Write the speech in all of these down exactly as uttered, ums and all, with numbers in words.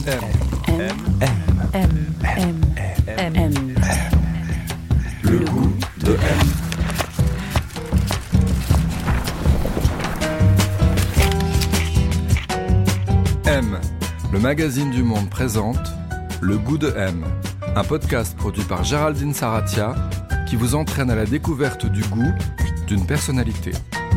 M. M. M. M. M. Le goût de M. M, le magazine du Monde présente Le goût de M, un podcast produit par Géraldine Saratia qui vous entraîne à la découverte du goût d'une personnalité.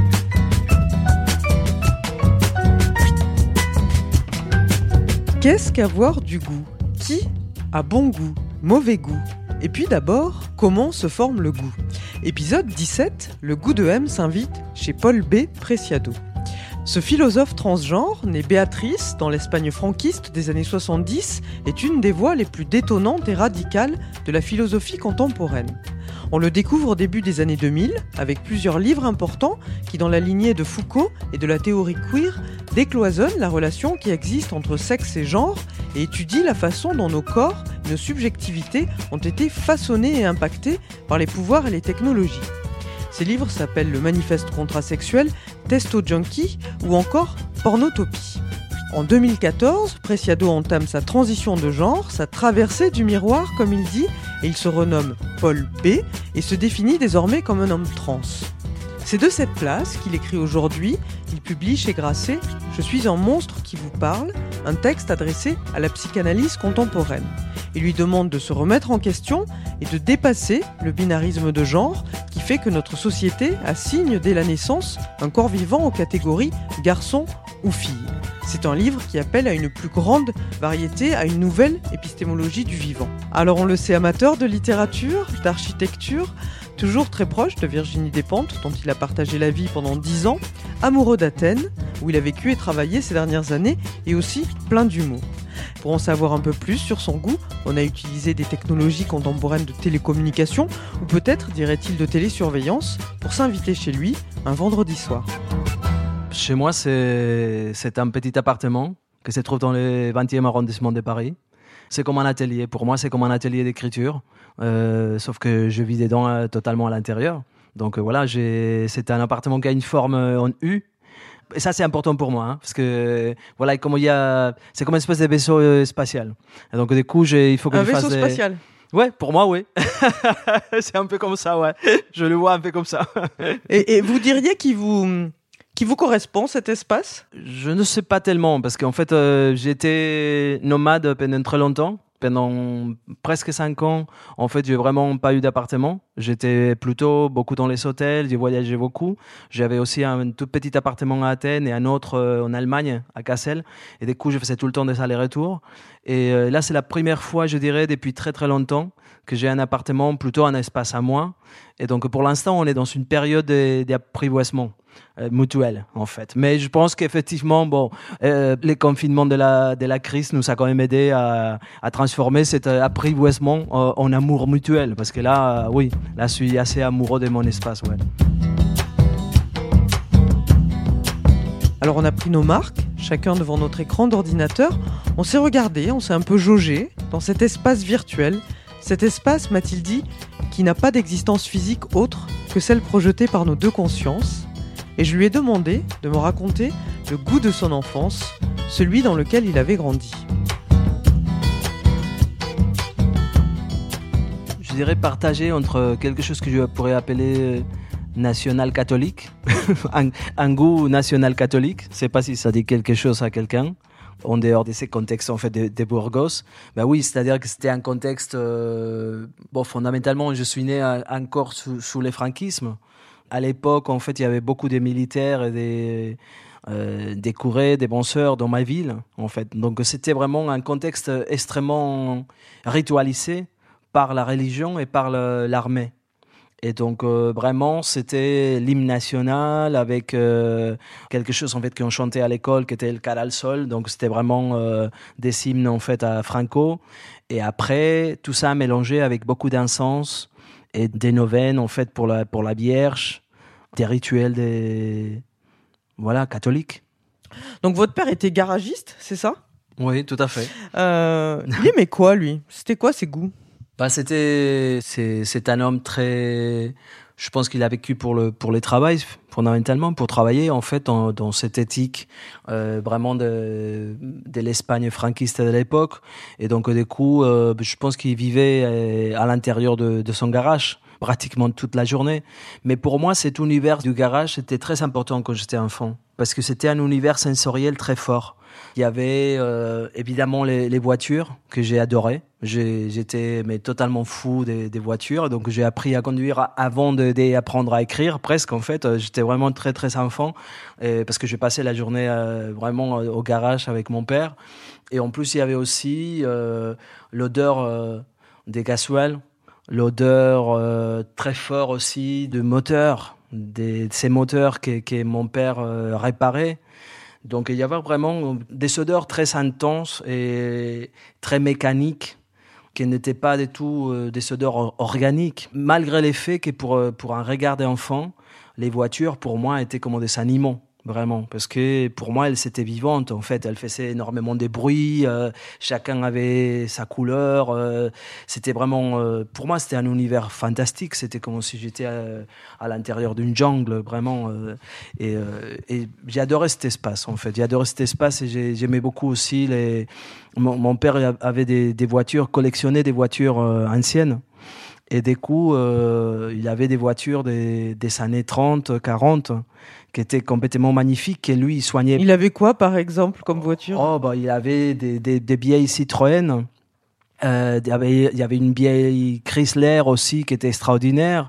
Qu'est-ce qu'avoir du goût ? Qui a bon goût, mauvais goût ? Et puis d'abord, comment se forme le goût ? Épisode dix-sept, le goût de M s'invite chez Paul B. Preciado. Ce philosophe transgenre, né Béatrice dans l'Espagne franquiste des années soixante-dix, est une des voix les plus détonnantes et radicales de la philosophie contemporaine. On le découvre au début des années deux mille, avec plusieurs livres importants qui, dans la lignée de Foucault et de la théorie queer, décloisonnent la relation qui existe entre sexe et genre et étudient la façon dont nos corps et nos subjectivités ont été façonnés et impactés par les pouvoirs et les technologies. Ces livres s'appellent Le Manifeste contrasexuel, Testo Junkie ou encore Pornotopie. En deux mille quatorze, Preciado entame sa transition de genre, sa traversée du miroir comme il dit, et il se renomme Paul B et se définit désormais comme un homme trans. C'est de cette place qu'il écrit aujourd'hui, il publie chez Grasset « Je suis un monstre qui vous parle », un texte adressé à la psychanalyse contemporaine. Il lui demande de se remettre en question et de dépasser le binarisme de genre qui fait que notre société assigne dès la naissance un corps vivant aux catégories garçon ou fille. C'est un livre qui appelle à une plus grande variété, à une nouvelle épistémologie du vivant. Alors on le sait, amateur de littérature, d'architecture, toujours très proche de Virginie Despentes, dont il a partagé la vie pendant dix ans, amoureux d'Athènes, où il a vécu et travaillé ces dernières années, et aussi plein d'humour. Pour en savoir un peu plus sur son goût, on a utilisé des technologies contemporaines de télécommunication, ou peut-être, dirait-il, de télésurveillance, pour s'inviter chez lui un vendredi soir. Chez moi, c'est, c'est un petit appartement qui se trouve dans le vingtième arrondissement de Paris. C'est comme un atelier. Pour moi, c'est comme un atelier d'écriture, euh, sauf que je vis dedans euh, totalement à l'intérieur. Donc euh, voilà, j'ai... c'est un appartement qui a une forme en U. Et ça, c'est important pour moi, hein, parce que voilà, comme il y a, c'est comme une espèce de vaisseau euh, spatial. Et donc du coup, j'ai, il faut que un je fasse vaisseau des... spatial. Ouais, pour moi, oui. C'est un peu comme ça, ouais. Je le vois un peu comme ça. et, et vous diriez qu'il vous qui vous correspond cet espace ? Je ne sais pas tellement, parce qu'en fait, euh, j'ai été nomade pendant très longtemps. Pendant presque cinq ans, en fait, j'ai vraiment pas eu d'appartement. J'étais plutôt beaucoup dans les hôtels, j'ai voyagé beaucoup. J'avais aussi un tout petit appartement à Athènes et un autre euh, en Allemagne, à Kassel. Et du coup, je faisais tout le temps des allers-retours. Et euh, là, c'est la première fois, je dirais, depuis très très longtemps, que j'ai un appartement, plutôt un espace à moi. Et donc, pour l'instant, on est dans une période d'apprivoisement euh, mutuel, en fait. Mais je pense qu'effectivement, bon, euh, les confinements de la, de la crise nous a quand même aidé à, à transformer cet apprivoisement euh, en amour mutuel. Parce que là, euh, oui, là, je suis assez amoureux de mon espace, ouais. Alors on a pris nos marques, chacun devant notre écran d'ordinateur. On s'est regardé, on s'est un peu jaugé dans cet espace virtuel. Cet espace, m'a-t-il dit, qui n'a pas d'existence physique autre que celle projetée par nos deux consciences. Et je lui ai demandé de me raconter le goût de son enfance, celui dans lequel il avait grandi. Je dirais partagé entre quelque chose que je pourrais appeler national catholique, un, un goût national catholique. Je ne sais pas si ça dit quelque chose à quelqu'un. En dehors de ces contextes en fait de, de Burgos, ben oui, c'est-à-dire que c'était un contexte euh, bon, fondamentalement je suis né à, encore sous, sous le franquisme. À l'époque, en fait, il y avait beaucoup de militaires et des euh, des courets, des penseurs dans ma ville, en fait. Donc c'était vraiment un contexte extrêmement ritualisé par la religion et par le, l'armée. Et donc euh, vraiment c'était l'hymne national avec euh, quelque chose en fait qu'on chantait à l'école qui était le Cara al Sol, donc c'était vraiment euh, des hymnes en fait à Franco. Et après tout ça mélangé avec beaucoup d'encens et des neuvaines en fait pour la pour la Vierge, des rituels des voilà catholiques. Donc votre père était garagiste, c'est ça ? Oui, tout à fait. Euh, il aimait quoi lui ? C'était quoi ses goûts ? Bah, c'était, c'est, c'est un homme très Je pense qu'il a vécu pour le pour le travail, fondamentalement, pour travailler en fait dans, dans cette éthique euh, vraiment de de l'Espagne franquiste de l'époque. Et donc du coup, euh, je pense qu'il vivait à l'intérieur de, de son garage pratiquement toute la journée. Mais pour moi, cet univers du garage était très important quand j'étais enfant, parce que c'était un univers sensoriel très fort. Il y avait euh, évidemment les, les voitures que j'ai adorées. J'ai, j'étais mais totalement fou des, des voitures, donc j'ai appris à conduire avant de, d'apprendre à écrire, presque en fait. J'étais vraiment très très enfant, et, parce que je passais la journée euh, vraiment au garage avec mon père. Et en plus, il y avait aussi euh, l'odeur euh, des gasoils, l'odeur euh, très forte aussi de moteurs, des, de ces moteurs que, que mon père euh, réparait. Donc il y avait vraiment des odeurs très intenses et très mécaniques, qui n'étaient pas du tout euh, des odeurs organiques, malgré le fait que pour, pour un regard d'enfant, les voitures pour moi étaient comme des animaux. Vraiment, parce que pour moi, elle c'était vivante. En fait, elle faisait énormément de bruit. Euh, chacun avait sa couleur. Euh, c'était vraiment, euh, pour moi, c'était un univers fantastique. C'était comme si j'étais à, à l'intérieur d'une jungle, vraiment. Euh, et, euh, et j'ai adoré cet espace, en fait. J'ai adoré cet espace et j'ai, j'aimais beaucoup aussi les. Mon, mon père avait des, des voitures, collectionnait des voitures euh, anciennes. Et du coup, euh, il avait des voitures des, des années trente, quarante, qui étaient complètement magnifiques, et lui, il soignait. Il avait quoi, par exemple, comme voiture ? Oh, bah, il avait des, des, des vieilles Citroën. Euh, il, y avait, il y avait une vieille Chrysler aussi qui était extraordinaire.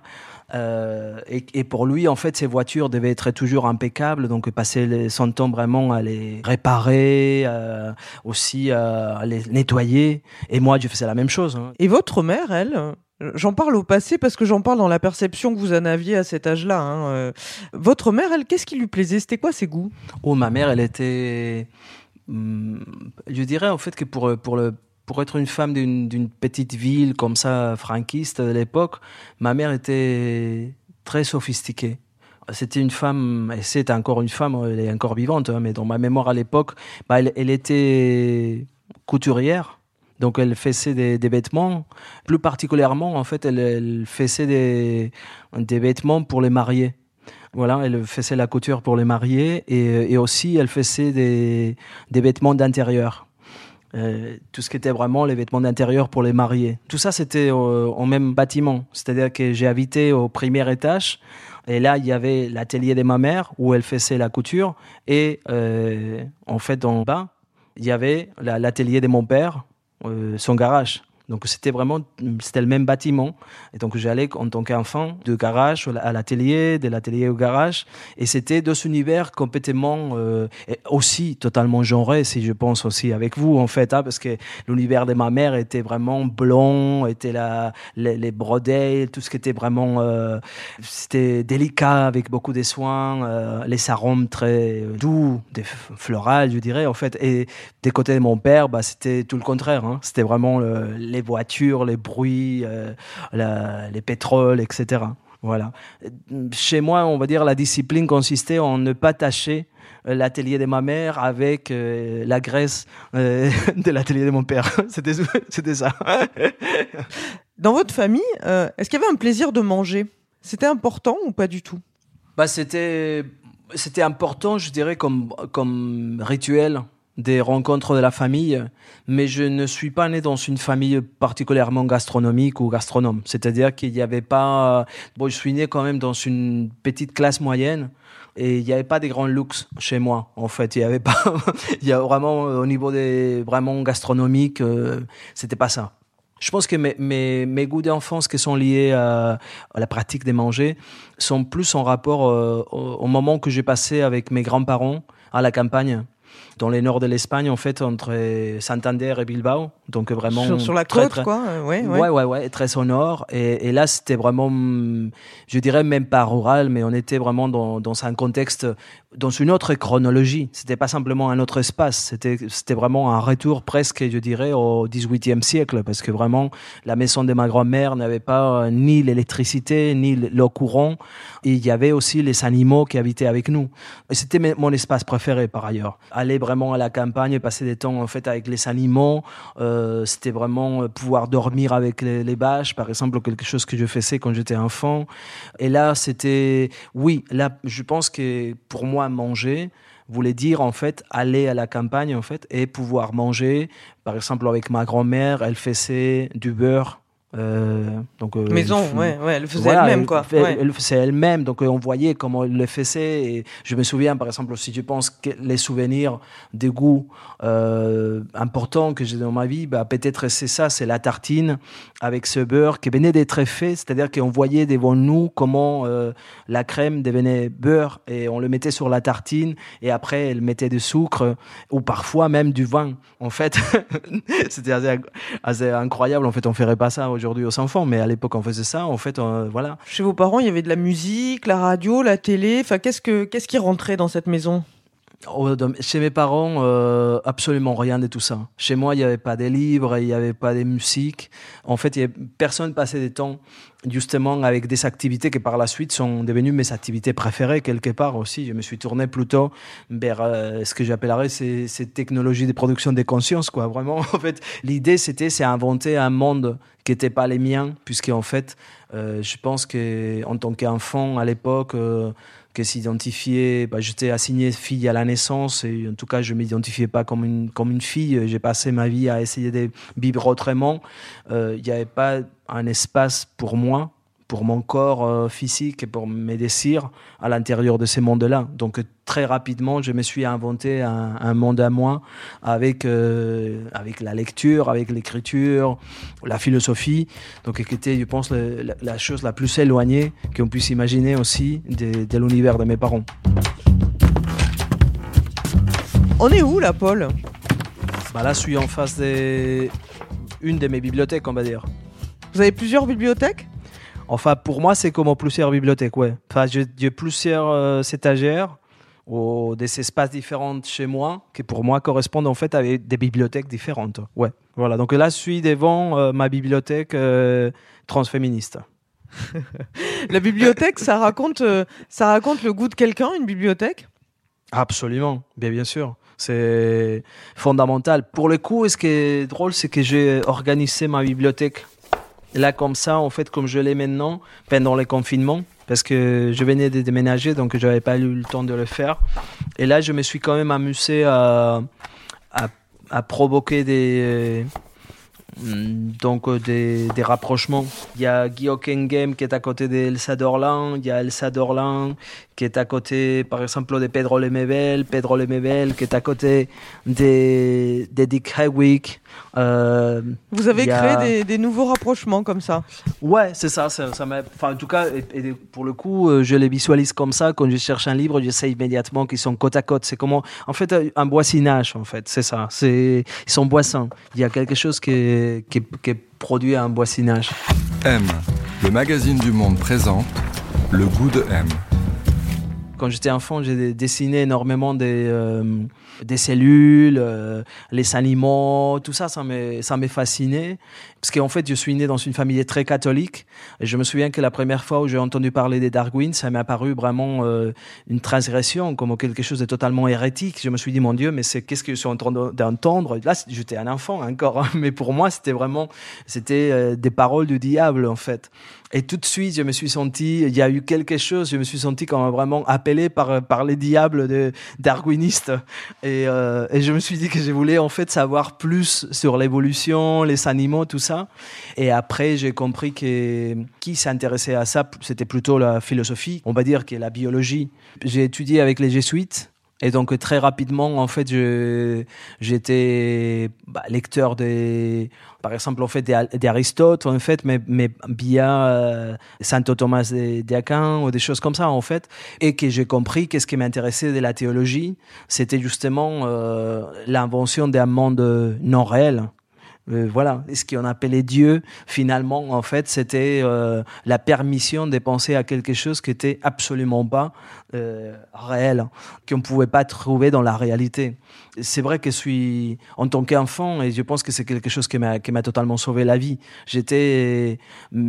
Euh, et, et pour lui, en fait, ces voitures devaient être toujours impeccables, donc passer son temps vraiment à les réparer, euh, aussi euh, à les nettoyer. Et moi, je faisais la même chose. Hein. Et votre mère, elle ? J'en parle au passé parce que j'en parle dans la perception que vous en aviez à cet âge-là. Hein. Euh, votre mère, elle, qu'est-ce qui lui plaisait ? C'était quoi ses goûts ? Oh, ma mère, elle était... Hum, je dirais en fait que pour, pour, le, pour être une femme d'une, d'une petite ville comme ça, franquiste de l'époque, ma mère était très sophistiquée. C'était une femme, et c'est encore une femme, elle est encore vivante, hein, mais dans ma mémoire à l'époque, bah, elle, elle était couturière. Donc elle faisait des, des vêtements, plus particulièrement en fait elle, elle faisait des, des vêtements pour les mariés. Voilà, elle faisait la couture pour les mariés et, et aussi elle faisait des, des vêtements d'intérieur. Euh, tout ce qui était vraiment les vêtements d'intérieur pour les mariés. Tout ça c'était au, au même bâtiment, c'est-à-dire que j'ai habité au premier étage et là il y avait l'atelier de ma mère où elle faisait la couture et euh, en fait en bas il y avait la, l'atelier de mon père. Euh, son garage. Donc c'était vraiment, c'était le même bâtiment. Et donc j'allais en tant qu'enfant de garage à l'atelier, de l'atelier au garage. Et c'était deux univers complètement euh, aussi totalement genrés, si je pense aussi avec vous en fait, hein, parce que l'univers de ma mère était vraiment blond, était la, les, les brodés, tout ce qui était vraiment, euh, c'était délicat avec beaucoup de soins, euh, les arômes très doux, des florales, je dirais en fait. Et des côtés de mon père, bah c'était tout le contraire. Hein. C'était vraiment le, les voitures, les bruits, euh, la, les pétroles, et cetera. Voilà. Chez moi, on va dire la discipline consistait en ne pas tâcher l'atelier de ma mère avec euh, la graisse euh, de l'atelier de mon père. C'était, c'était ça. Dans votre famille, euh, est-ce qu'il y avait un plaisir de manger ? C'était important ou pas du tout ? Bah, c'était, c'était important, je dirais, comme, comme rituel des rencontres de la famille, mais je ne suis pas né dans une famille particulièrement gastronomique ou gastronome. C'est-à-dire qu'il n'y avait pas... Bon, je suis né quand même dans une petite classe moyenne et il n'y avait pas des grands luxes chez moi, en fait. Il y avait pas... il y a vraiment, au niveau des vraiment gastronomiques, euh, c'était pas ça. Je pense que mes, mes, mes goûts d'enfance qui sont liés à, à la pratique de manger sont plus en rapport euh, au, au moment que j'ai passé avec mes grands-parents à la campagne. Dans le nord de l'Espagne, en fait, entre Santander et Bilbao. Donc vraiment... Sur, sur la très, côte, très, quoi. Ouais, ouais. Ouais, ouais, ouais, très au nord. Et, et là, c'était vraiment, je dirais même pas rural, mais on était vraiment dans, dans un contexte, dans une autre chronologie. C'était pas simplement un autre espace. C'était, c'était vraiment un retour presque, je dirais, au dix-huitième siècle. Parce que vraiment, la maison de ma grand-mère n'avait pas ni l'électricité, ni l'eau courant. Et il y avait aussi les animaux qui habitaient avec nous. Et c'était mon espace préféré, par ailleurs. aller vraiment à la campagne, passer des temps en fait avec les animaux. Euh, c'était vraiment pouvoir dormir avec les, les vaches, par exemple, quelque chose que je faisais quand j'étais enfant. Et là, c'était, oui, là, je pense que pour moi, manger voulait dire en fait aller à la campagne en fait et pouvoir manger. Par exemple, avec ma grand-mère, elle faisait du beurre. Euh, donc, euh, Maison, elle, ouais, ouais, elle le faisait voilà, elle-même, quoi. Elle, Ouais. elle le faisait elle-même, donc euh, on voyait comment elle le faisait. Et je me souviens, par exemple, si je pense que les souvenirs des goûts euh, importants que j'ai dans ma vie, bah, peut-être c'est ça, c'est la tartine avec ce beurre qui venait d'être fait, c'est-à-dire qu'on voyait devant nous comment euh, la crème devenait beurre et on le mettait sur la tartine et après elle mettait du sucre ou parfois même du vin. En fait, c'était assez, assez incroyable. En fait, on ferait pas ça aujourd'hui aux enfants, mais à l'époque on faisait ça. En fait, euh, voilà. Chez vos parents, il y avait de la musique, la radio, la télé. Enfin, qu'est-ce que qu'est-ce qui rentrait dans cette maison? Chez mes parents, euh, absolument rien de tout ça. Chez moi, il n'y avait pas de livres, il n'y avait pas de musique. En fait, il y avait, personne passait des temps justement avec des activités qui par la suite sont devenues mes activités préférées quelque part aussi. Je me suis tourné plutôt vers euh, ce que j'appellerais ces, ces technologies de production de conscience, quoi. Vraiment, en fait, l'idée c'était c'est inventer un monde qui n'était pas les miens, puisque en fait, euh, je pense que en tant qu'enfant à l'époque. Euh, que s'identifier, bah, j'étais assigné fille à la naissance et en tout cas je ne m'identifiais pas comme une, comme une fille. J'ai passé ma vie à essayer de vivre autrement. Il n'y avait pas un espace pour moi, pour mon corps euh, physique et pour mes désirs à l'intérieur de ces mondes-là. Donc très rapidement, je me suis inventé un, un monde à moi avec, euh, avec la lecture, avec l'écriture, la philosophie. Donc qui était, je pense, le, la, la chose la plus éloignée qu'on puisse imaginer aussi de, de l'univers de mes parents. On est où là, Paul? Bah là, je suis en face de une de mes bibliothèques, on va dire. Vous avez plusieurs bibliothèques? Enfin, pour moi, c'est comme plusieurs bibliothèques, ouais. Enfin, j'ai, j'ai plusieurs euh, étagères ou des espaces différents chez moi qui, pour moi, correspondent en fait à des bibliothèques différentes. Ouais. Voilà. Donc là, je suis devant euh, ma bibliothèque euh, transféministe. La bibliothèque, ça raconte, euh, ça raconte le goût de quelqu'un, une bibliothèque? Absolument, bien, bien sûr. C'est fondamental. Pour le coup, ce qui est drôle, c'est que j'ai organisé ma bibliothèque là comme ça, en fait, comme je l'ai maintenant, pendant les confinements, parce que je venais de déménager, donc je n'avais pas eu le temps de le faire. Et là, je me suis quand même amusé à, à, à provoquer des, donc, des, des rapprochements. Il y a Guy Game qui est à côté d'Elsa Dorland, il y a Elsa Dorland qui est à côté, par exemple, de Pedro Lemebel, Pedro Lemebel qui est à côté de, de Dick Hewick. Euh, Vous avez créé a... des, des nouveaux rapprochements comme ça? Ouais, c'est ça. ça, ça m'a... Enfin, en tout cas, et, et pour le coup, je les visualise comme ça. Quand je cherche un livre, j'essaie immédiatement qu'ils sont côte à côte. C'est comment, en fait, un boissinage, en fait. C'est ça. C'est... Ils sont boissants. Il y a quelque chose qui est, qui est, qui est produit à un boissinage. M, le magazine du monde présente le goût de M. Quand j'étais enfant, j'ai dessiné énormément des, euh, des cellules, euh, les animaux, tout ça, ça m'a, ça m'a fasciné. Parce qu'en fait, je suis né dans une famille très catholique. Et je me souviens que la première fois où j'ai entendu parler des Darwin, ça m'a paru vraiment euh, une transgression, comme quelque chose de totalement hérétique. Je me suis dit, mon Dieu, mais c'est, qu'est-ce que je suis en train d'entendre? Là, j'étais un enfant encore, hein, mais pour moi, c'était vraiment c'était, euh, des paroles du diable, en fait. Et tout de suite, je me suis senti, il y a eu quelque chose, je me suis senti comme vraiment appelé par, par les diables de, darwinistes. Et, euh, et je me suis dit que je voulais en fait savoir plus sur l'évolution, les animaux, tout ça. Et après, j'ai compris que qui s'intéressait à ça, c'était plutôt la philosophie, on va dire que la biologie. J'ai étudié avec les jésuites. Et donc très rapidement, en fait, je, j'étais bah, lecteur des, par exemple, en fait, d'Aristote, en fait, mais, mais via euh, Saint Thomas d'Aquin ou des choses comme ça, en fait, et que j'ai compris qu'est-ce qui m'intéressait de la théologie, c'était justement euh, l'invention d'un monde non réel. Euh, voilà, et ce qu'on appelait Dieu, finalement, en fait, c'était euh, la permission de penser à quelque chose qui était absolument pas euh, réel, qu'on ne pouvait pas trouver dans la réalité. C'est vrai que je suis, en tant qu'enfant, et je pense que c'est quelque chose qui m'a, qui m'a totalement sauvé la vie, j'étais,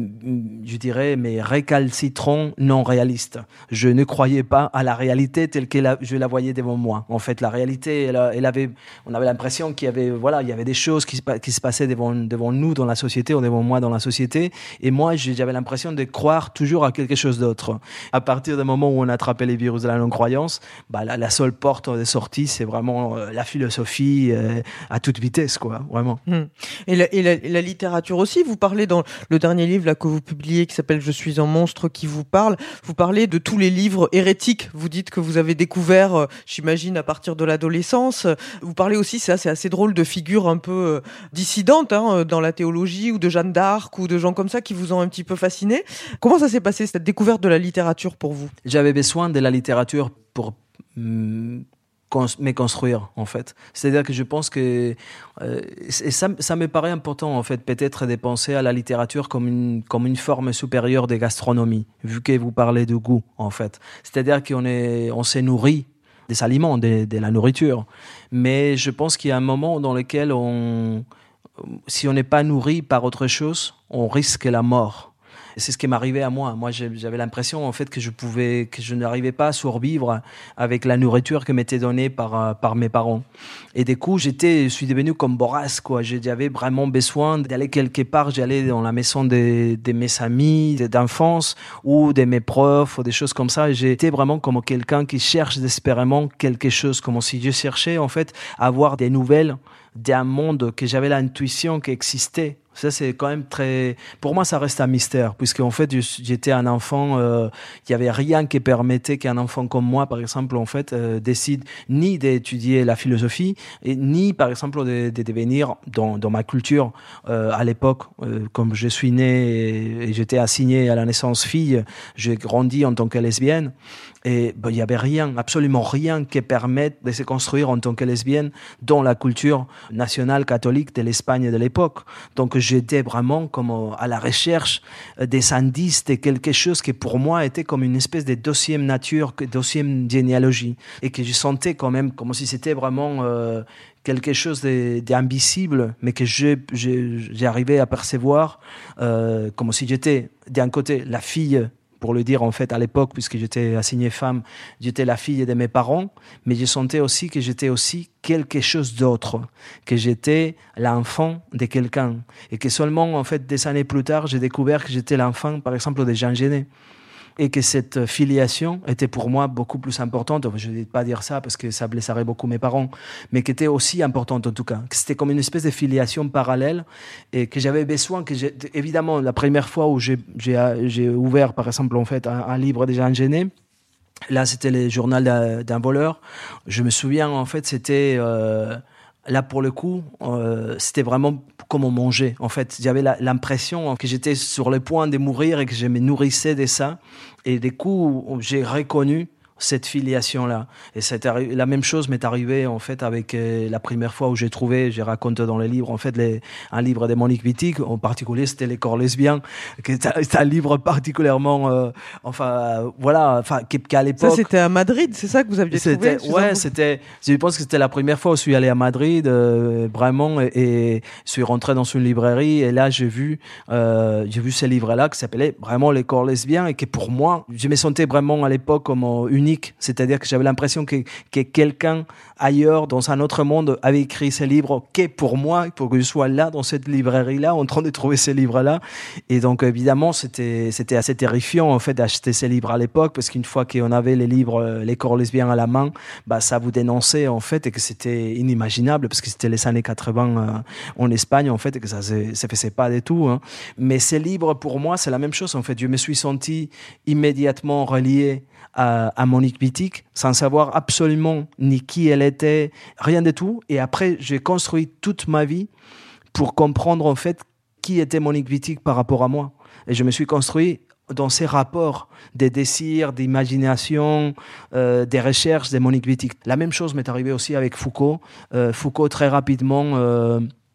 je dirais, mais récalcitrant, non réaliste. Je ne croyais pas à la réalité telle que la, je la voyais devant moi. En fait, la réalité, elle, elle avait, on avait l'impression qu'il y avait, voilà, il y avait des choses qui se, qui se passaient devant, devant nous dans la société, ou devant moi dans la société, et moi, j'avais l'impression de croire toujours à quelque chose d'autre. À partir du moment où on a attrapé les virus de la non-croyance, bah, la, la seule porte de sortie, c'est vraiment euh, la philosophie euh, à toute vitesse, quoi, vraiment. Mmh. Et, la, et, la, et la littérature aussi, vous parlez dans le dernier livre là, que vous publiez, qui s'appelle « Je suis un monstre qui vous parle », vous parlez de tous les livres hérétiques, vous dites que vous avez découvert, euh, j'imagine, à partir de l'adolescence. Vous parlez aussi, ça c'est assez drôle, de figures un peu euh, dissidentes hein, dans la théologie, ou de Jeanne d'Arc, ou de gens comme ça qui vous ont un petit peu fasciné. Comment ça s'est passé, cette découverte de la littérature pour vous ? J'avais besoin de la littérature pour hum, cons- me construire, en fait. C'est-à-dire que je pense que... Euh, et ça, ça me paraît important, en fait, peut-être de penser à la littérature comme une, comme une forme supérieure de gastronomie, vu que vous parlez de goût, en fait. C'est-à-dire qu'on est, on s'est nourri des aliments, de, de la nourriture. Mais je pense qu'il y a un moment dans lequel on... si on n'est pas nourri par autre chose, on risque la mort. Et c'est ce qui m'arrivait à moi. Moi, j'avais l'impression en fait que je pouvais, que je n'arrivais pas à survivre avec la nourriture que m'était donnée par par mes parents. Et du coup, j'étais, je suis devenu comme Boras, quoi. J'avais vraiment besoin d'aller quelque part. J'allais dans la maison de, de mes amis d'enfance ou de mes profs ou des choses comme ça. J'étais vraiment comme quelqu'un qui cherche désespérément quelque chose, comme si je cherchais en fait à avoir des nouvelles d'un monde que j'avais l'intuition qui existait. Ça, c'est quand même très... Pour moi, ça reste un mystère, puisque en fait, j'étais un enfant, euh, il n'y avait rien qui permettait qu'un enfant comme moi, par exemple, en fait, euh, décide ni d'étudier la philosophie, et, ni, par exemple, de, de devenir, dans, dans ma culture, euh, à l'époque, euh, comme je suis né et, et j'étais assigné à la naissance fille, j'ai grandi en tant que lesbienne, et ben, il n'y avait rien, absolument rien qui permette de se construire en tant que lesbienne dans la culture nationale catholique de l'Espagne de l'époque. Donc, j'étais vraiment comme à la recherche des indices de quelque chose qui pour moi était comme une espèce de deuxième nature, deuxième généalogie, et que je sentais quand même comme si c'était vraiment euh, quelque chose d'invisible, mais que j'ai arrivé à percevoir euh, comme si j'étais d'un côté la fille, pour le dire en fait à l'époque, puisque j'étais assignée femme, j'étais la fille de mes parents, mais je sentais aussi que j'étais aussi quelque chose d'autre, que j'étais l'enfant de quelqu'un, et que seulement en fait des années plus tard, j'ai découvert que j'étais l'enfant, par exemple, de Jean Genet, et que cette filiation était pour moi beaucoup plus importante. Je ne vais pas dire ça parce que ça blesserait beaucoup mes parents, mais qui était aussi importante en tout cas. Que c'était comme une espèce de filiation parallèle et que j'avais besoin, que j'ai, évidemment, la première fois où j'ai, j'ai, j'ai ouvert, par exemple, en fait, un, un livre de Jean Genet, là, c'était le journal d'un, d'un voleur. Je me souviens, en fait, c'était... Euh, Là, pour le coup, euh, c'était vraiment comme on mangeait. En fait, j'avais la, l'impression que j'étais sur le point de mourir et que je me nourrissais de ça. Et du coup, j'ai reconnu cette filiation-là. Et arri- la même chose m'est arrivée, en fait, avec euh, la première fois où j'ai trouvé, j'ai raconté dans le livre, en fait, les, un livre de Monique Wittig, en particulier, c'était Les corps lesbiens, qui est un, c'est un livre particulièrement, euh, enfin, euh, voilà, enfin, qui, qui à l'époque... Ça, c'était à Madrid, c'est ça que vous aviez c'était, trouvé? Ouais, c'était, je pense que c'était la première fois où je suis allé à Madrid, euh, vraiment, et, et je suis rentré dans une librairie, et là, j'ai vu, euh, j'ai vu ce livre-là qui s'appelait vraiment Les corps lesbiens, et que pour moi, je me sentais vraiment à l'époque comme une c'est-à-dire que j'avais l'impression que, que quelqu'un ailleurs, dans un autre monde, avait écrit ce livre qu'est pour moi, pour que je sois là, dans cette librairie-là, en train de trouver ces livres-là. Et donc, évidemment, c'était, c'était assez terrifiant, en fait, d'acheter ces livres à l'époque, parce qu'une fois qu'on avait les livres, les corps lesbiens à la main, bah, ça vous dénonçait, en fait, et que c'était inimaginable, parce que c'était les années quatre-vingts euh, en Espagne, en fait, et que ça ne se faisait pas du tout. Hein. Mais ces livres, pour moi, c'est la même chose, en fait. Je me suis senti immédiatement relié à, à Monique Wittig, sans savoir absolument ni qui elle était, rien du tout. Et après, j'ai construit toute ma vie pour comprendre en fait qui était Monique Wittig par rapport à moi. Et je me suis construit dans ces rapports des désirs, d'imagination, euh, des recherches de Monique Wittig. La même chose m'est arrivée aussi avec Foucault. Euh, Foucault, très rapidement... Euh,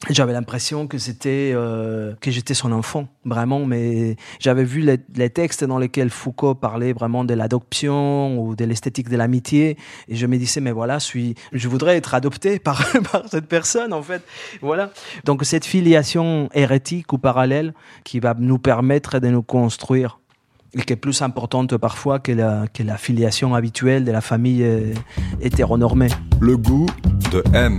J'avais l'impression que c'était euh, que j'étais son enfant, vraiment. Mais j'avais vu les, les textes dans lesquels Foucault parlait vraiment de l'adoption ou de l'esthétique de l'amitié, et je me disais mais voilà, je suis, je voudrais être adopté par par cette personne en fait. Voilà. Donc cette filiation hérétique ou parallèle qui va nous permettre de nous construire, et qui est plus importante parfois que la que la filiation habituelle de la famille euh, hétéronormée. Le goût de M.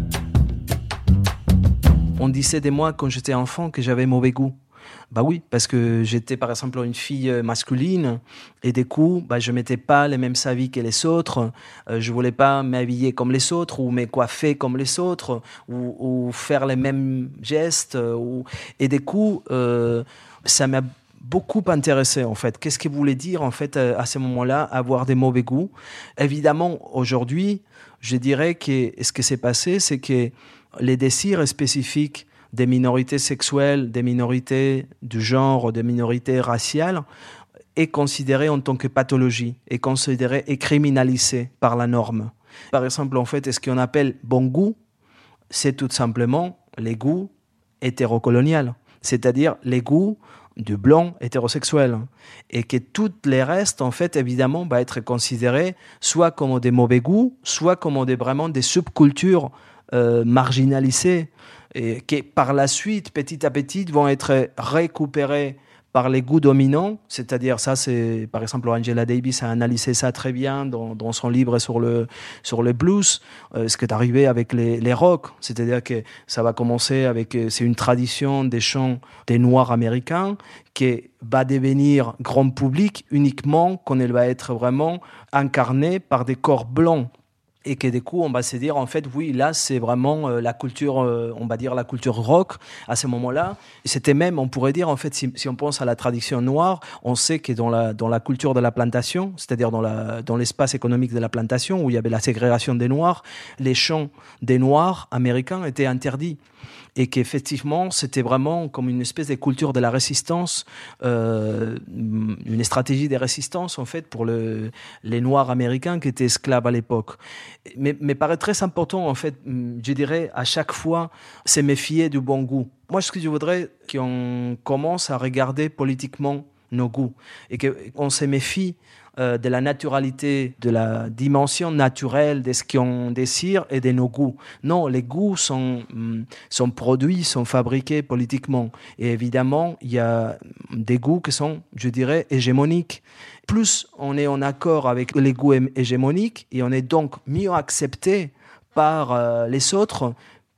On disait de moi quand j'étais enfant que j'avais mauvais goût. Bah oui, parce que j'étais par exemple une fille masculine et du coup, bah, je mettais pas les mêmes habits que les autres. Euh, je voulais pas m'habiller comme les autres ou me coiffer comme les autres ou, ou faire les mêmes gestes. Ou... Et du coup, euh, ça m'a beaucoup intéressé en fait. Qu'est-ce qu'il voulait dire en fait à ce moment-là, avoir des mauvais goûts? Évidemment, aujourd'hui, je dirais que ce qui s'est passé, c'est que les désirs spécifiques des minorités sexuelles, des minorités du genre, des minorités raciales, est considéré en tant que pathologie, est considéré et criminalisé par la norme. Par exemple, en fait, ce qu'on appelle bon goût, c'est tout simplement les goûts hétérocoloniaux, c'est-à-dire les goûts du blanc hétérosexuel, et que tous les restes, en fait, évidemment, va être considérés soit comme des mauvais goûts, soit comme des, vraiment des subcultures Euh, marginalisés et qui par la suite, petit à petit, vont être récupérés par les goûts dominants, c'est-à-dire ça, c'est par exemple Angela Davis a analysé ça très bien dans, dans son livre sur le sur le blues, euh, ce qui est arrivé avec les, les rocks, c'est-à-dire que ça va commencer avec c'est une tradition des chants des Noirs américains qui va devenir grand public uniquement quand elle va être vraiment incarnée par des corps blancs. Et que du coup, on va se dire, en fait, oui, là, c'est vraiment euh, la culture, euh, on va dire la culture rock, à ce moment-là. C'était même, on pourrait dire, en fait, si, si on pense à la tradition noire, on sait que dans la, dans la culture de la plantation, c'est-à-dire dans, la, dans l'espace économique de la plantation, où il y avait la ségrégation des Noirs, les chants des Noirs américains étaient interdits. Et qu'effectivement, c'était vraiment comme une espèce de culture de la résistance, euh, une stratégie de résistance, en fait, pour le, les Noirs américains qui étaient esclaves à l'époque. Mais, mais paraît très important, en fait, je dirais, à chaque fois, se méfier du bon goût. Moi, ce que je voudrais, qu'on commence à regarder politiquement nos goûts et qu'on se méfie euh, de la naturalité, de la dimension naturelle de ce qu'on désire et de nos goûts. Non, les goûts sont, sont produits, sont fabriqués politiquement. Et évidemment, il y a des goûts qui sont, je dirais, hégémoniques. Plus on est en accord avec les goûts hégémoniques et on est donc mieux accepté par euh, les autres,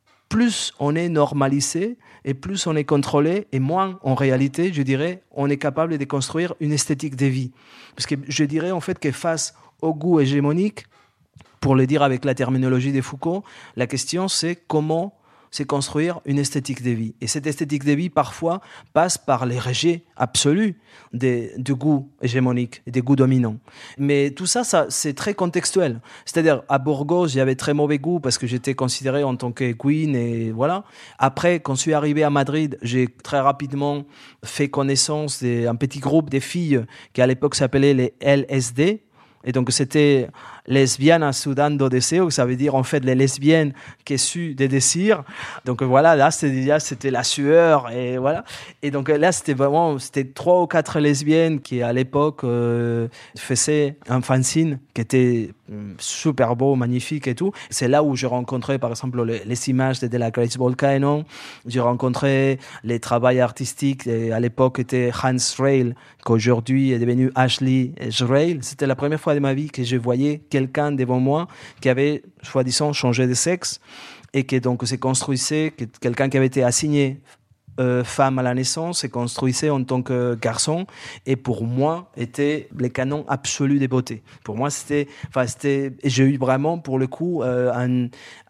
plus on est normalisé et plus on est contrôlé et moins, en réalité, je dirais, on est capable de construire une esthétique de vie. Parce que je dirais en fait que face au goût hégémonique, pour le dire avec la terminologie de Foucault, la question c'est comment c'est construire une esthétique de vie. Et cette esthétique de vie, parfois, passe par les rejets absolus des, du goût hégémonique, des goûts dominants. Mais tout ça, ça, c'est très contextuel. C'est-à-dire, à Burgos, j'avais très mauvais goût parce que j'étais considéré en tant que queen et voilà. Après, quand je suis arrivé à Madrid, j'ai très rapidement fait connaissance d'un petit groupe de filles qui, à l'époque, s'appelait les L S D. Et donc, c'était lesbianas sudando deseo, ça veut dire en fait les lesbiennes qui suent des désirs. Donc voilà, là c'était déjà c'était la sueur et voilà. Et donc là c'était vraiment c'était trois ou quatre lesbiennes qui à l'époque euh, faisaient un fanzine qui était super beau, magnifique et tout. C'est là où j'ai rencontré par exemple les, les images de, de la Grace Volcano. J'ai rencontré les travaux artistiques et à l'époque était Hans Schrail, qu'aujourd'hui est devenu Ashley Schrail. C'était la première fois de ma vie que je voyais quelqu'un devant moi qui avait, soi-disant, changé de sexe et qui donc se construisait, quelqu'un qui avait été assigné euh, femme à la naissance, se construisait en tant que garçon et pour moi était le canon absolu des beautés. Pour moi, c'était, enfin, c'était, j'ai eu vraiment pour le coup euh, un,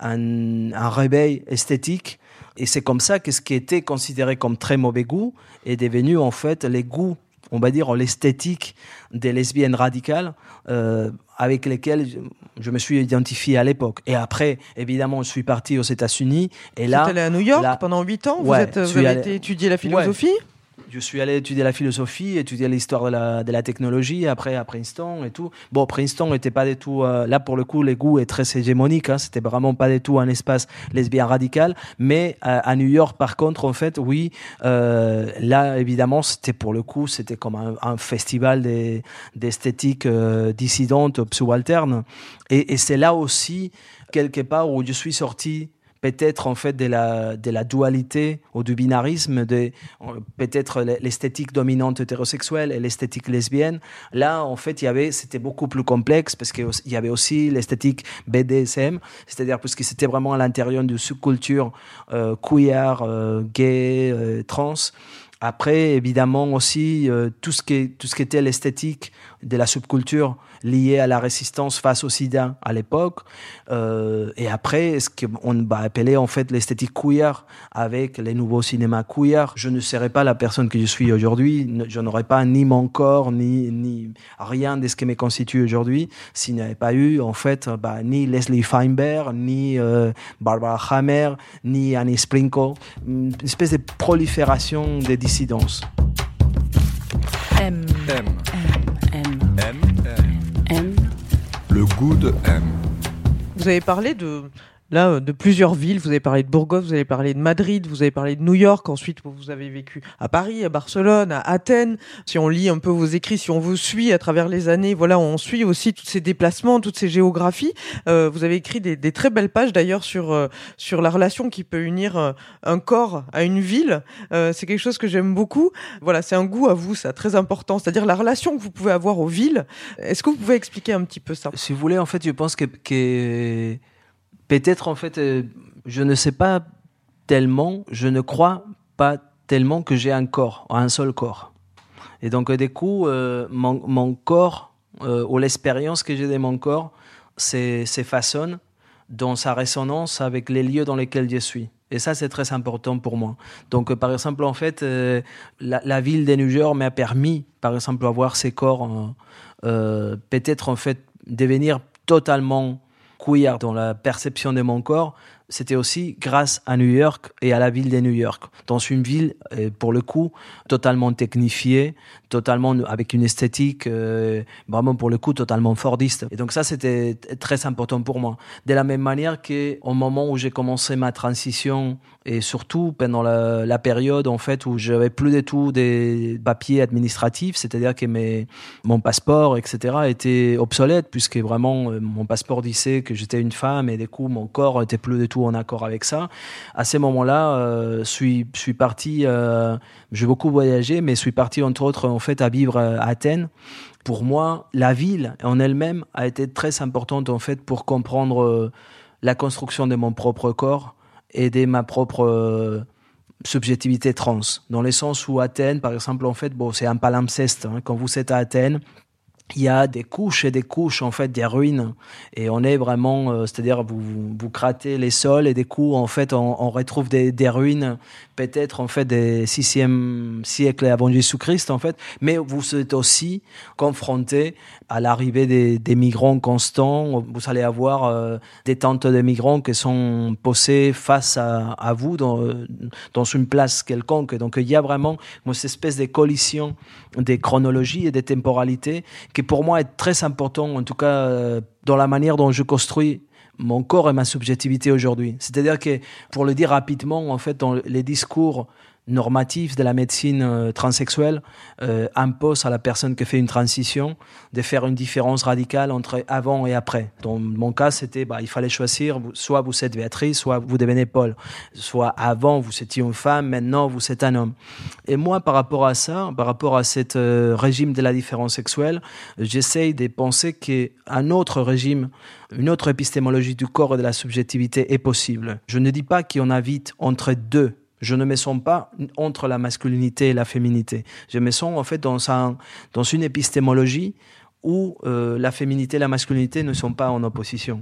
un, un réveil esthétique. Et c'est comme ça que ce qui était considéré comme très mauvais goût est devenu en fait les goûts, on va dire l'esthétique des lesbiennes radicales euh, avec lesquelles je, je me suis identifié à l'époque. Et après, évidemment, je suis parti aux États-Unis. Et là, vous êtes allé à New York là, pendant huit ans. Ouais, vous êtes, vous avez allé... été étudier la philosophie. Ouais. Je suis allé étudier la philosophie, étudier l'histoire de la, de la technologie, après à Princeton et tout. Bon, Princeton n'était pas du tout... Euh, là, pour le coup, le goût est très hégémonique. Hein, c'était vraiment pas du tout un espace lesbien radical. Mais euh, à New York, par contre, en fait, oui, euh, là, évidemment, c'était pour le coup, c'était comme un, un festival des, d'esthétique euh, dissidente, subalterne. Et, et c'est là aussi, quelque part, où je suis sorti peut-être en fait de la, de la dualité ou du binarisme, de peut-être l'esthétique dominante hétérosexuelle et l'esthétique lesbienne. Là, en fait, il y avait, c'était beaucoup plus complexe parce qu'il y avait aussi l'esthétique B D S M, c'est-à-dire parce que c'était vraiment à l'intérieur d'une subculture euh, queer, euh, gay, euh, trans. Après, évidemment aussi, euh, tout ce qui est, tout ce qui était l'esthétique de la subculture liée à la résistance face au sida à l'époque. Euh, et après, ce qu'on va appeler en fait l'esthétique queer avec les nouveaux cinémas queer. Je ne serais pas la personne que je suis aujourd'hui. Je n'aurais pas ni mon corps, ni, ni rien de ce qui me constitue aujourd'hui s'il n'y avait pas eu, en fait, bah, ni Leslie Feinberg, ni euh, Barbara Hammer, ni Annie Sprinkle. Une espèce de prolifération des dissidences. M. M. M. M. M. M. Le goût de M. Vous avez parlé de, là, de plusieurs villes. Vous avez parlé de Burgos, vous avez parlé de Madrid, vous avez parlé de New York. Ensuite, vous avez vécu à Paris, à Barcelone, à Athènes. Si on lit un peu vos écrits, si on vous suit à travers les années, voilà, on suit aussi tous ces déplacements, toutes ces géographies. Euh, vous avez écrit des, des très belles pages d'ailleurs sur euh, sur la relation qui peut unir euh, un corps à une ville. Euh, c'est quelque chose que j'aime beaucoup. Voilà, c'est un goût à vous, ça, très important. C'est-à-dire la relation que vous pouvez avoir aux villes. Est-ce que vous pouvez expliquer un petit peu ça? Si vous voulez, en fait, je pense que, que peut-être, en fait, euh, je ne sais pas tellement, je ne crois pas tellement que j'ai un corps, un seul corps. Et donc, euh, du coup, euh, mon, mon corps, euh, ou l'expérience que j'ai de mon corps, se façonne dans sa résonance avec les lieux dans lesquels je suis. Et ça, c'est très important pour moi. Donc, euh, par exemple, en fait, euh, la, la ville de New York m'a permis, par exemple, d'avoir ces corps, euh, euh, peut-être, en fait, devenir totalement queer dans la perception de mon corps. C'était aussi grâce à New York et à la ville de New York. Dans une ville, euh, pour le coup, totalement technifiée, totalement avec une esthétique, euh, vraiment pour le coup, totalement fordiste. Et donc ça, c'était très important pour moi. De la même manière qu'au moment où j'ai commencé ma transition, et surtout pendant la, la période en fait où j'avais plus du tout des papiers administratifs, c'est-à-dire que mes, mon passeport, et cetera, était obsolète, puisque vraiment euh, mon passeport disait que j'étais une femme et du coup mon corps était plus du tout en accord avec ça. À ce moment-là, euh, je suis, je suis parti, euh, j'ai beaucoup voyagé, mais je suis parti entre autres en fait à vivre à Athènes. Pour moi, la ville en elle-même a été très importante en fait pour comprendre euh, la construction de mon propre corps et de ma propre euh, subjectivité trans. Dans le sens où Athènes, par exemple, en fait, bon, c'est un palimpseste. Hein. Quand vous êtes à Athènes, il y a des couches et des couches en fait des ruines et on est vraiment euh, c'est-à-dire vous, vous vous grattez les sols et des coups en fait on, on retrouve des, des ruines peut-être en fait des sixième siècle avant Jésus-Christ en fait, mais vous êtes aussi confronté à l'arrivée des, des migrants constants. Vous allez avoir euh, des tentes de migrants qui sont posées face à, à vous dans, dans une place quelconque. Donc il y a vraiment cette espèce de collision des chronologies et des temporalités qui pour moi est très important, en tout cas euh, dans la manière dont je construis mon corps et ma subjectivité aujourd'hui. C'est-à-dire que, pour le dire rapidement, en fait, dans les discours normatifs de la médecine euh, transsexuelle euh, imposent à la personne qui fait une transition de faire une différence radicale entre avant et après. Dans mon cas, c'était, bah, il fallait choisir, soit vous êtes Béatrice, soit vous devenez Paul. Soit avant, vous étiez une femme, maintenant, vous êtes un homme. Et moi, par rapport à ça, par rapport à ce euh, régime de la différence sexuelle, j'essaye de penser qu'un autre régime, une autre épistémologie du corps et de la subjectivité est possible. Je ne dis pas qu'on habite entre deux. Je ne me sens pas entre la masculinité et la féminité. Je me sens en fait dans, un, dans une épistémologie où euh, la féminité et la masculinité ne sont pas en opposition.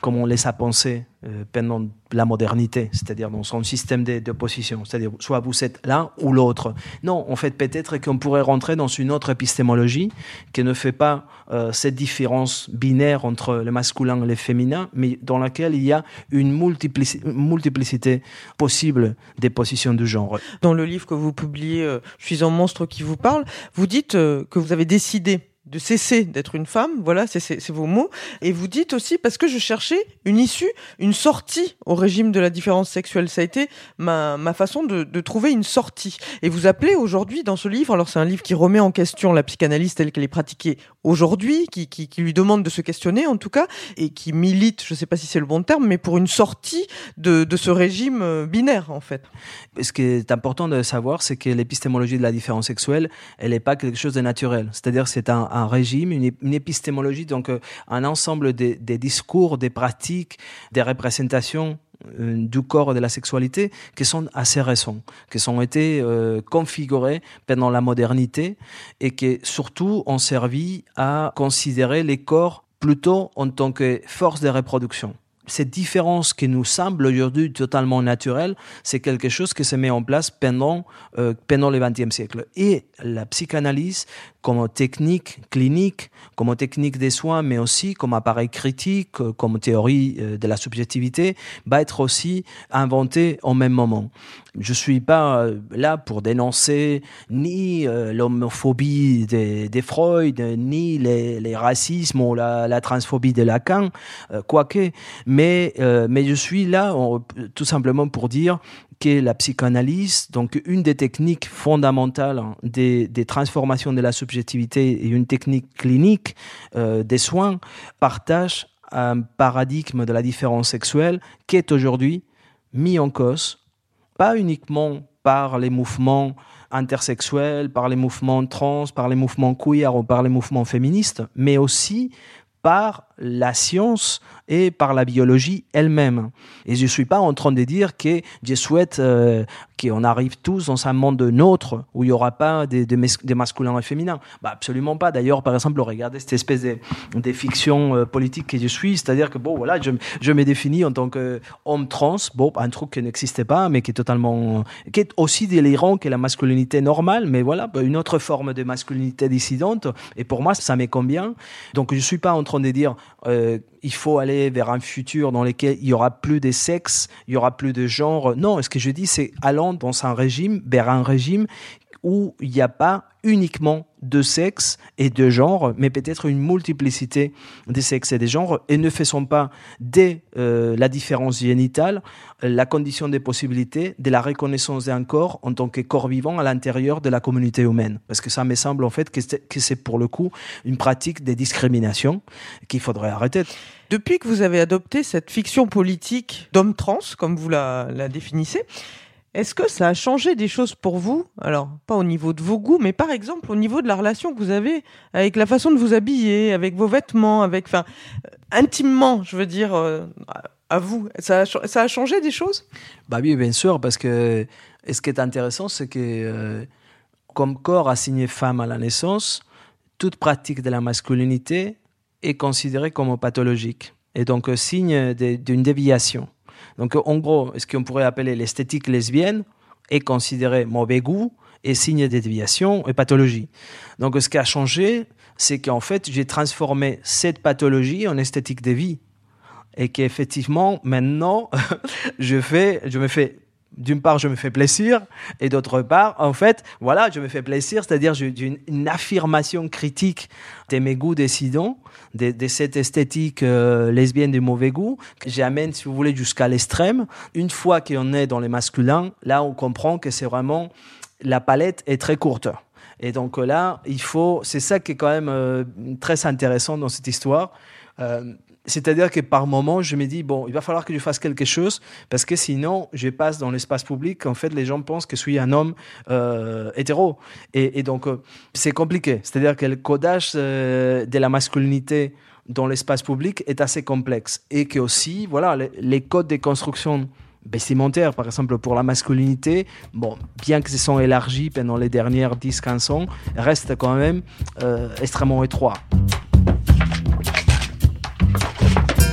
comme on les a pensés euh, pendant la modernité, c'est-à-dire dans son système de, de position, c'est-à-dire soit vous êtes l'un ou l'autre. Non, en fait, peut-être qu'on pourrait rentrer dans une autre épistémologie qui ne fait pas euh, cette différence binaire entre le masculin et le féminin, mais dans laquelle il y a une multiplici- multiplicité possible des positions du genre. Dans le livre que vous publiez, euh, Je suis un monstre qui vous parle, vous dites euh, que vous avez décidé de cesser d'être une femme, voilà, c'est, c'est, c'est vos mots. Et vous dites aussi, parce que je cherchais une issue, une sortie au régime de la différence sexuelle. Ça a été ma, ma façon de, de trouver une sortie. Et vous appelez aujourd'hui, dans ce livre, alors c'est un livre qui remet en question la psychanalyse telle qu'elle est pratiquée aujourd'hui, qui, qui, qui lui demande de se questionner en tout cas, et qui milite, je ne sais pas si c'est le bon terme, mais pour une sortie de, de ce régime binaire en fait. Ce qui est important de savoir, c'est que l'épistémologie de la différence sexuelle, elle n'est pas quelque chose de naturel. C'est-à-dire c'est un, un régime, une, une épistémologie, donc euh, un ensemble des, des discours, des pratiques, des représentations euh, du corps et de la sexualité qui sont assez récents, qui ont été euh, configurés pendant la modernité et qui surtout ont servi à considérer les corps plutôt en tant que force de reproduction. Cette différence qui nous semble aujourd'hui totalement naturelle, c'est quelque chose qui se met en place pendant, euh, pendant le vingtième siècle. Et la psychanalyse, comme technique clinique, comme technique des soins, mais aussi comme appareil critique, comme théorie de la subjectivité, va être aussi inventée au même moment. Je ne suis pas là pour dénoncer ni euh, l'homophobie de, de Freud, ni les, les racismes ou la, la transphobie de Lacan, euh, quoique, mais, euh, mais je suis là on, tout simplement pour dire que la psychanalyse, donc une des techniques fondamentales des, des transformations de la subjectivité et une technique clinique euh, des soins, partage un paradigme de la différence sexuelle qui est aujourd'hui mis en cause, pas uniquement par les mouvements intersexuels, par les mouvements trans, par les mouvements queer ou par les mouvements féministes, mais aussi par la science et par la biologie elle-même. Et je ne suis pas en train de dire que je souhaite euh, qu'on arrive tous dans un monde neutre où il n'y aura pas de, de, de masculin et féminin. Bah, absolument pas. D'ailleurs, par exemple, regardez cette espèce de, de fiction euh, politique que je suis, c'est-à-dire que bon, voilà, je, je me définis en tant qu'homme trans, bon, un truc qui n'existait pas, mais qui est totalement, qui est aussi délirant que la masculinité normale, mais voilà, une autre forme de masculinité dissidente. Et pour moi, ça me convient. Donc, je ne suis pas en train de dire euh, il faut aller vers un futur dans lequel il n'y aura plus de sexe, il n'y aura plus de genre. Non, ce que je dis, c'est allons dans un régime, vers un régime où il n'y a pas uniquement de sexe et de genre, mais peut-être une multiplicité des sexes et des genres, et ne faisons pas de euh, la différence génitale la condition des possibilités de la reconnaissance d'un corps en tant que corps vivant à l'intérieur de la communauté humaine. Parce que ça me semble en fait que c'est, que c'est pour le coup une pratique de discrimination qu'il faudrait arrêter. Depuis que vous avez adopté cette fiction politique d'homme trans, comme vous la, la définissez, est-ce que ça a changé des choses pour vous ? Alors, pas au niveau de vos goûts, mais par exemple au niveau de la relation que vous avez avec la façon de vous habiller, avec vos vêtements, avec, enfin, euh, intimement, je veux dire, euh, à vous. Ça a, ça a changé des choses ? Bah oui, bien sûr, parce que et ce qui est intéressant, c'est que euh, comme corps assigné femme à la naissance, toute pratique de la masculinité est considérée comme pathologique et donc euh, signe de, d'une déviation. Donc, en gros, ce qu'on pourrait appeler l'esthétique lesbienne est considéré mauvais goût et signe de déviation et pathologie. Donc, ce qui a changé, c'est qu'en fait, j'ai transformé cette pathologie en esthétique de vie. Et qu'effectivement, maintenant, je, fais, je me fais... D'une part, je me fais plaisir, et d'autre part, en fait, voilà, je me fais plaisir, c'est-à-dire j'ai une, une affirmation critique de mes goûts décidants, de, de cette esthétique euh, lesbienne de mauvais goût, que j'amène, si vous voulez, jusqu'à l'extrême. Une fois qu'on est dans les masculins, là, on comprend que c'est vraiment, la palette est très courte. Et donc là, il faut, c'est ça qui est quand même euh, très intéressant dans cette histoire. Euh, C'est-à-dire que par moment, je me dis, bon, il va falloir que je fasse quelque chose parce que sinon, je passe dans l'espace public. En fait, les gens pensent que je suis un homme euh, hétéro. Et, et donc, euh, c'est compliqué. C'est-à-dire que le codage euh, de la masculinité dans l'espace public est assez complexe. Et que aussi, voilà, les, les codes de construction vestimentaires, par exemple, pour la masculinité, bon, bien qu'ils se sont élargis pendant les dernières dix à quinze ans, restent quand même euh, extrêmement étroits.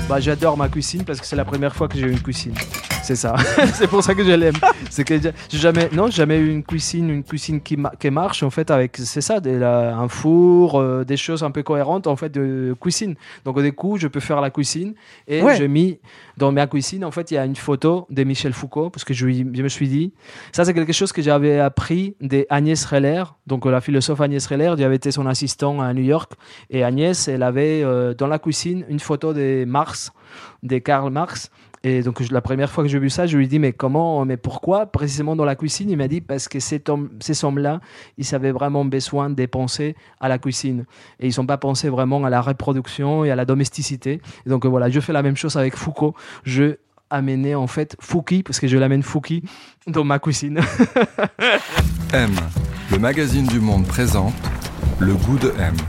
Bah, j'adore ma cuisine parce que c'est la première fois que j'ai eu une cuisine. C'est ça. C'est pour ça que je l'aime. C'est que j'ai jamais, non, jamais eu une cuisine, une cuisine qui, ma- qui marche en fait avec, c'est ça, de la- un four, euh, des choses un peu cohérentes en fait de cuisine. Donc du coup, je peux faire la cuisine et Ouais. j'ai mis dans ma cuisine en fait, il y a une photo de Michel Foucault parce que je, lui- je me suis dit, ça c'est quelque chose que j'avais appris d'Agnès Reller, donc la philosophe Agnès Reller. J'avais été son assistant à New York et Agnès, elle avait euh, dans la cuisine une photo de Marx, de Karl Marx. Et donc je- la première fois que j'ai vu ça, je lui ai dit mais comment, mais pourquoi précisément dans la cuisine? Il m'a dit parce que cet homme, ces hommes-là, ils avaient vraiment besoin de penser à la cuisine et ils n'ont pas pensé vraiment à la reproduction et à la domesticité. Et donc euh, voilà, je fais la même chose avec Foucault. Je amenais en fait Fouki parce que je l'amène Fouki dans ma cuisine. M, le magazine du Monde présente le goût de M.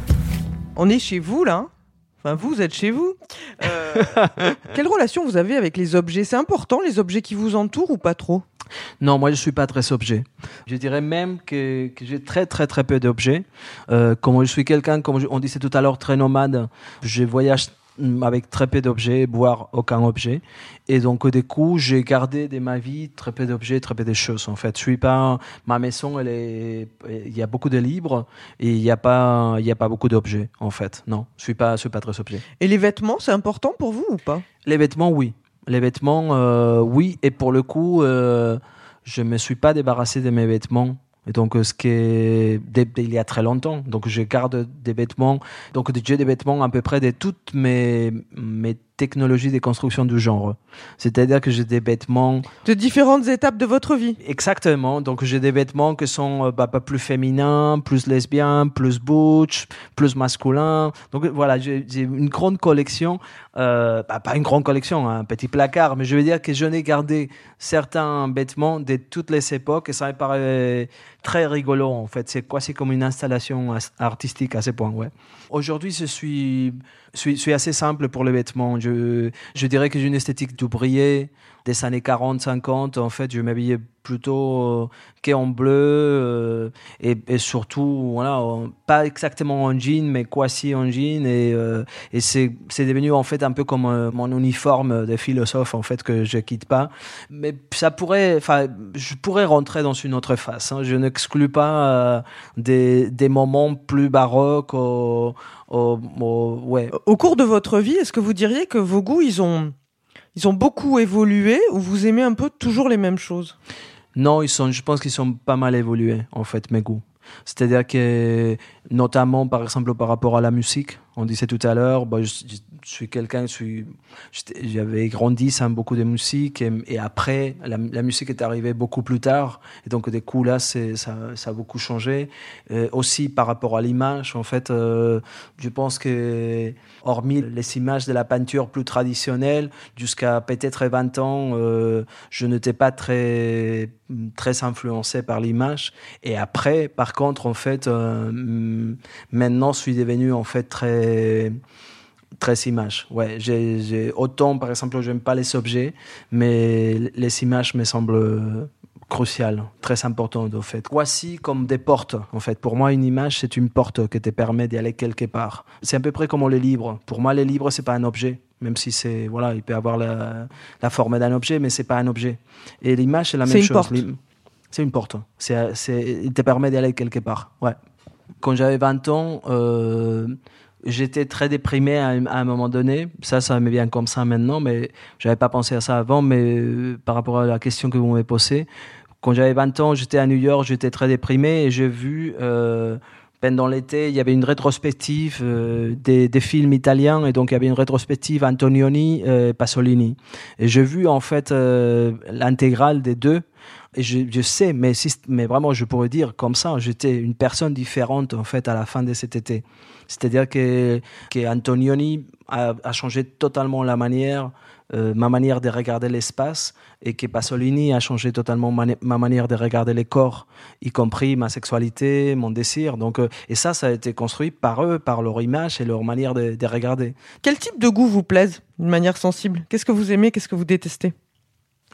On est chez vous, là. Enfin, vous êtes chez vous. Euh, quelle relation vous avez avec les objets? C'est important, les objets qui vous entourent ou pas trop? Non, moi je suis pas très objet. Je dirais même que, que j'ai très très très peu d'objets. Euh, comme je suis quelqu'un, comme je- on disait tout à l'heure, très nomade, je voyage mm, avec très peu d'objets, voire aucun objet. Et donc du coup, j'ai gardé de ma vie très peu d'objets, très peu de choses en fait. Je suis pas, ma maison, elle est, il y a beaucoup de livres et il y a pas, il y a pas beaucoup d'objets en fait. Non, je suis pas, je suis pas très objet. Et les vêtements, c'est important pour vous ou pas? Les vêtements, oui. Les vêtements, euh, oui. Et pour le coup, euh, je me suis pas débarrassé de mes vêtements. Et donc, euh, ce qui est dès- dès il y a très longtemps. Donc, je garde des vêtements. Donc, j'ai des vêtements à peu près de toutes mes, mes technologies de construction du genre. C'est-à-dire que j'ai des vêtements. De différentes étapes de votre vie. Exactement. Donc, j'ai des vêtements qui sont euh, bah, pas plus féminins, plus lesbiens, plus butch, plus masculins. Donc, voilà, j'ai j'ai une grande collection. Euh, bah, pas une grande collection, hein, un petit placard, mais je veux dire que je n'ai gardé certains vêtements de toutes les époques et ça me paraît très rigolo en fait. C'est quasi comme une installation as- artistique à ce point, ouais. Aujourd'hui, je suis, je suis, je suis assez simple pour les vêtements. Je, je dirais que j'ai une esthétique d'ouvrier des années quarante cinquante. En fait, je m'habillais plutôt euh, qu'en bleu euh, et, et surtout, voilà, euh, pas exactement en jean, mais quasi en jean. Et, euh, et c'est, c'est devenu en fait un peu comme euh, mon uniforme de philosophe en fait que je quitte pas. Mais ça pourrait, enfin, je pourrais rentrer dans une autre phase. Hein. Je n'exclus pas euh, des, des moments plus baroques. Au, au, au- ouais. Au cours de votre vie, est-ce que vous diriez que vos goûts, ils ont, ils ont beaucoup évolué ou vous aimez un peu toujours les mêmes choses? Non, ils sont, je pense qu'ils sont pas mal évolués, en fait, mes goûts. C'est-à-dire que, notamment, par exemple, par rapport à la musique, on disait tout à l'heure, bah, je, je- je suis quelqu'un, je suis, j'étais- j'avais grandi sans beaucoup de musique, et, et après, la, la musique est arrivée beaucoup plus tard, et donc, du coup, là, c'est, ça, ça a beaucoup changé. Euh, aussi, par rapport à l'image, en fait, euh, je pense que, hormis les images de la peinture plus traditionnelle, jusqu'à peut-être vingt ans, euh, je n'étais pas très, très influencé par l'image. Et après, par contre, en fait, euh, maintenant, je suis devenu en fait très, très image. Ouais, j'ai, j'ai autant, par exemple, j'aime pas les objets, mais les images me semblent cruciales, très importantes, en fait. Voici comme des portes, en fait. Pour moi, une image, c'est une porte qui te permet d'aller quelque part. C'est à peu près comme les livres. Pour moi, les livres, c'est pas un objet. Même si c'est, voilà, il peut avoir la, la forme d'un objet, mais c'est pas un objet. Et l'image, c'est la C'est même une chose. porte. L'im- C'est une porte. C'est, c'est, il te permet d'aller quelque part. Ouais. Quand j'avais vingt ans, euh, j'étais très déprimé à, un- à un moment donné. Ça, ça me vient comme ça maintenant, mais j'avais pas pensé à ça avant. Mais euh, par rapport à la question que vous m'avez posée, quand j'avais vingt ans, j'étais à New York, j'étais très déprimé et j'ai vu, euh, pendant l'été, il y avait une rétrospective euh, des, des films italiens et donc il y avait une rétrospective Antonioni et Pasolini. Et j'ai vu en fait euh, l'intégrale des deux. Et je, je sais, mais, si, mais vraiment, je pourrais dire comme ça, j'étais une personne différente en fait à la fin de cet été. C'est-à-dire que, que Antonioni a, a changé totalement la manière, euh, ma manière de regarder l'espace, et que Pasolini a changé totalement ma, ma manière de regarder les corps, y compris ma sexualité, mon désir. Donc, euh, et ça, ça a été construit par eux, par leur image et leur manière de, de regarder. Quel type de goût vous plaise d'une manière sensible? Qu'est-ce que vous aimez, qu'est-ce que vous détestez?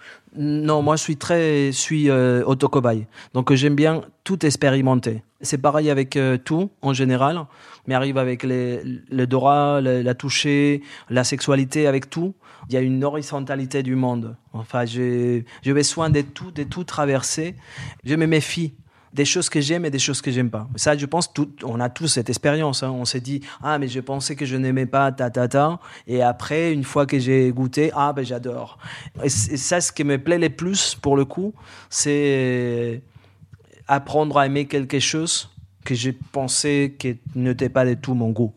Non, moi je suis très, je suis euh, autocobaye. Donc j'aime bien tout expérimenter. C'est pareil avec euh, tout en général, mais arrive avec les, l'odorat, le, la toucher, la sexualité, avec tout. Il y a une horizontalité du monde. Enfin, j'ai, je vais soin de tout, de tout traverser. Je me méfie des choses que j'aime et des choses que j'aime pas. Ça, je pense, tout, on a tous cette expérience. Hein. On s'est dit, ah, mais je pensais que je n'aimais pas ta ta ta, et après, une fois que j'ai goûté, ah, ben j'adore. Et, et ça, ce qui me plaît le plus, pour le coup, c'est apprendre à aimer quelque chose que j'ai pensé que n'était pas du tout mon goût.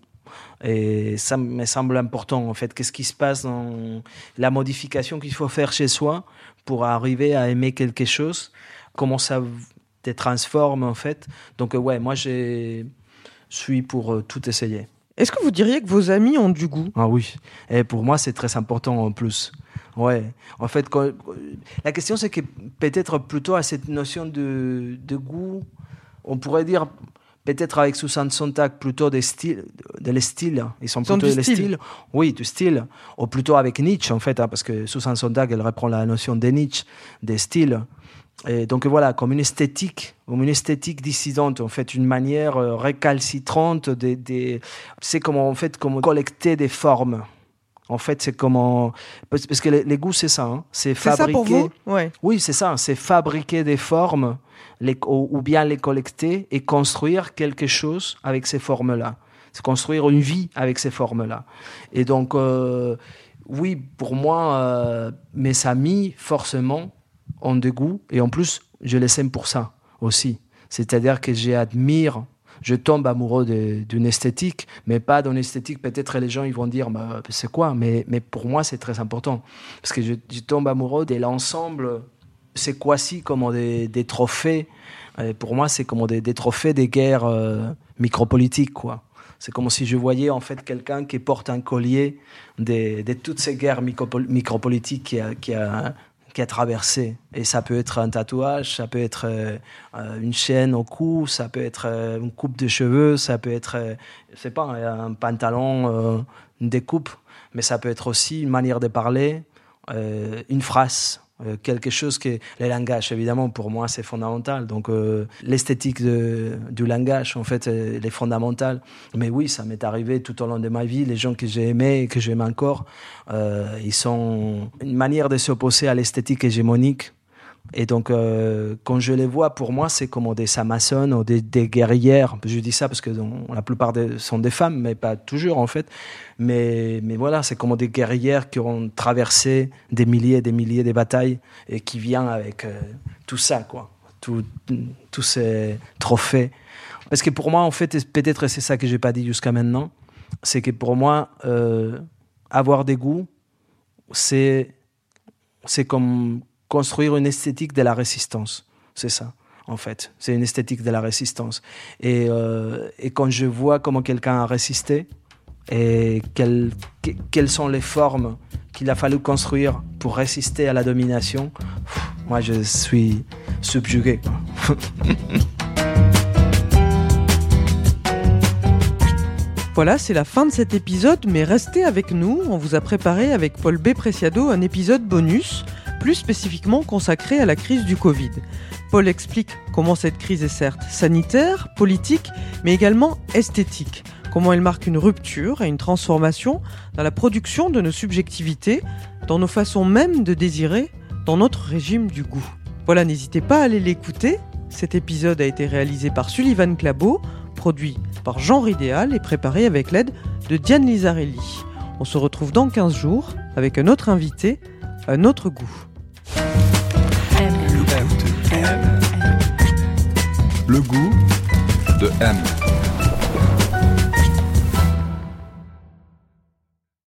Et ça me semble important, en fait. Qu'est-ce qui se passe dans la modification qu'il faut faire chez soi pour arriver à aimer quelque chose? Comment ça te transforme, en fait? Donc, ouais, moi, je suis pour euh, tout essayer. Est-ce que vous diriez que vos amis ont du goût? Ah oui. Et pour moi, c'est très important, en plus. Ouais. En fait, quand... la question, c'est que peut-être plutôt à cette notion de, de goût, on pourrait dire... Peut-être avec Susan Sontag, plutôt des styles, de les styles. Ils sont plutôt des les styles. styles. Oui, du style. Ou plutôt avec Nietzsche, en fait, hein, parce que Susan Sontag, elle reprend la notion de Nietzsche, des styles. Et donc voilà, comme une esthétique, comme une esthétique dissidente, en fait, une manière euh, récalcitrante. De, de, c'est comment, en fait, comment collecter des formes. En fait, c'est comment... Parce que les, les goûts, c'est ça. Hein, c'est C'est fabriquer... ça pour vous? Ouais. Oui, c'est ça. C'est fabriquer des formes, les, ou, ou bien les collecter et construire quelque chose avec ces formes-là. C'est construire une vie avec ces formes-là. Et donc, euh, oui, pour moi, euh, mes amis, forcément, ont des goûts. Et en plus, je les aime pour ça aussi. C'est-à-dire que j'admire... Je tombe amoureux de, d'une esthétique, mais pas d'une esthétique. Peut-être les gens ils vont dire bah, c'est quoi, mais, mais pour moi c'est très important. Parce que je, je tombe amoureux de l'ensemble. C'est quasi comme des, des trophées. Et pour moi, c'est comme des, des trophées des guerres euh, micropolitiques, quoi. C'est comme si je voyais en fait quelqu'un qui porte un collier de, de toutes ces guerres micropol- micropolitiques qui a, qui a qui a traversé. Et ça peut être un tatouage, ça peut être euh, une chaîne au cou, ça peut être euh, une coupe de cheveux, ça peut être, euh, je sais pas, un pantalon, euh, une découpe, mais ça peut être aussi une manière de parler, euh, une phrase, euh, quelque chose que... Le langage, évidemment, pour moi, c'est fondamental. Donc, euh, l'esthétique de, du langage, en fait, elle est fondamentale. Mais oui, ça m'est arrivé tout au long de ma vie. Les gens que j'ai aimés et que j'aime encore, euh, ils sont une manière de s'opposer à l'esthétique hégémonique. Et donc, euh, quand je les vois, pour moi, c'est comme des Amazones ou des, des guerrières. Je dis ça parce que on, la plupart des, sont des femmes, mais pas toujours, en fait. Mais, mais voilà, c'est comme des guerrières qui ont traversé des milliers et des milliers de batailles et qui viennent avec euh, tout ça, quoi. Tout, tous ces trophées. Parce que pour moi, en fait, peut-être c'est ça que je n'ai pas dit jusqu'à maintenant, c'est que pour moi, euh, avoir des goûts, c'est, c'est comme... construire une esthétique de la résistance, c'est ça, en fait. C'est une esthétique de la résistance. Et, euh, et quand je vois comment quelqu'un a résisté et quelles, que, quelles sont les formes qu'il a fallu construire pour résister à la domination, pff, moi, je suis subjugué. Voilà, c'est la fin de cet épisode, mais restez avec nous. On vous a préparé avec Paul B. Preciado un épisode bonus, plus spécifiquement consacré à la crise du Covid. Paul explique comment cette crise est certes sanitaire, politique, mais également esthétique. Comment elle marque une rupture et une transformation dans la production de nos subjectivités, dans nos façons même de désirer, dans notre régime du goût. Voilà, n'hésitez pas à aller l'écouter. Cet épisode a été réalisé par Sullivan Clabot, produit par Genre Idéal et préparé avec l'aide de Diane Lizarelli. On se retrouve dans quinze jours avec un autre invité, un autre goût. Le goût de M.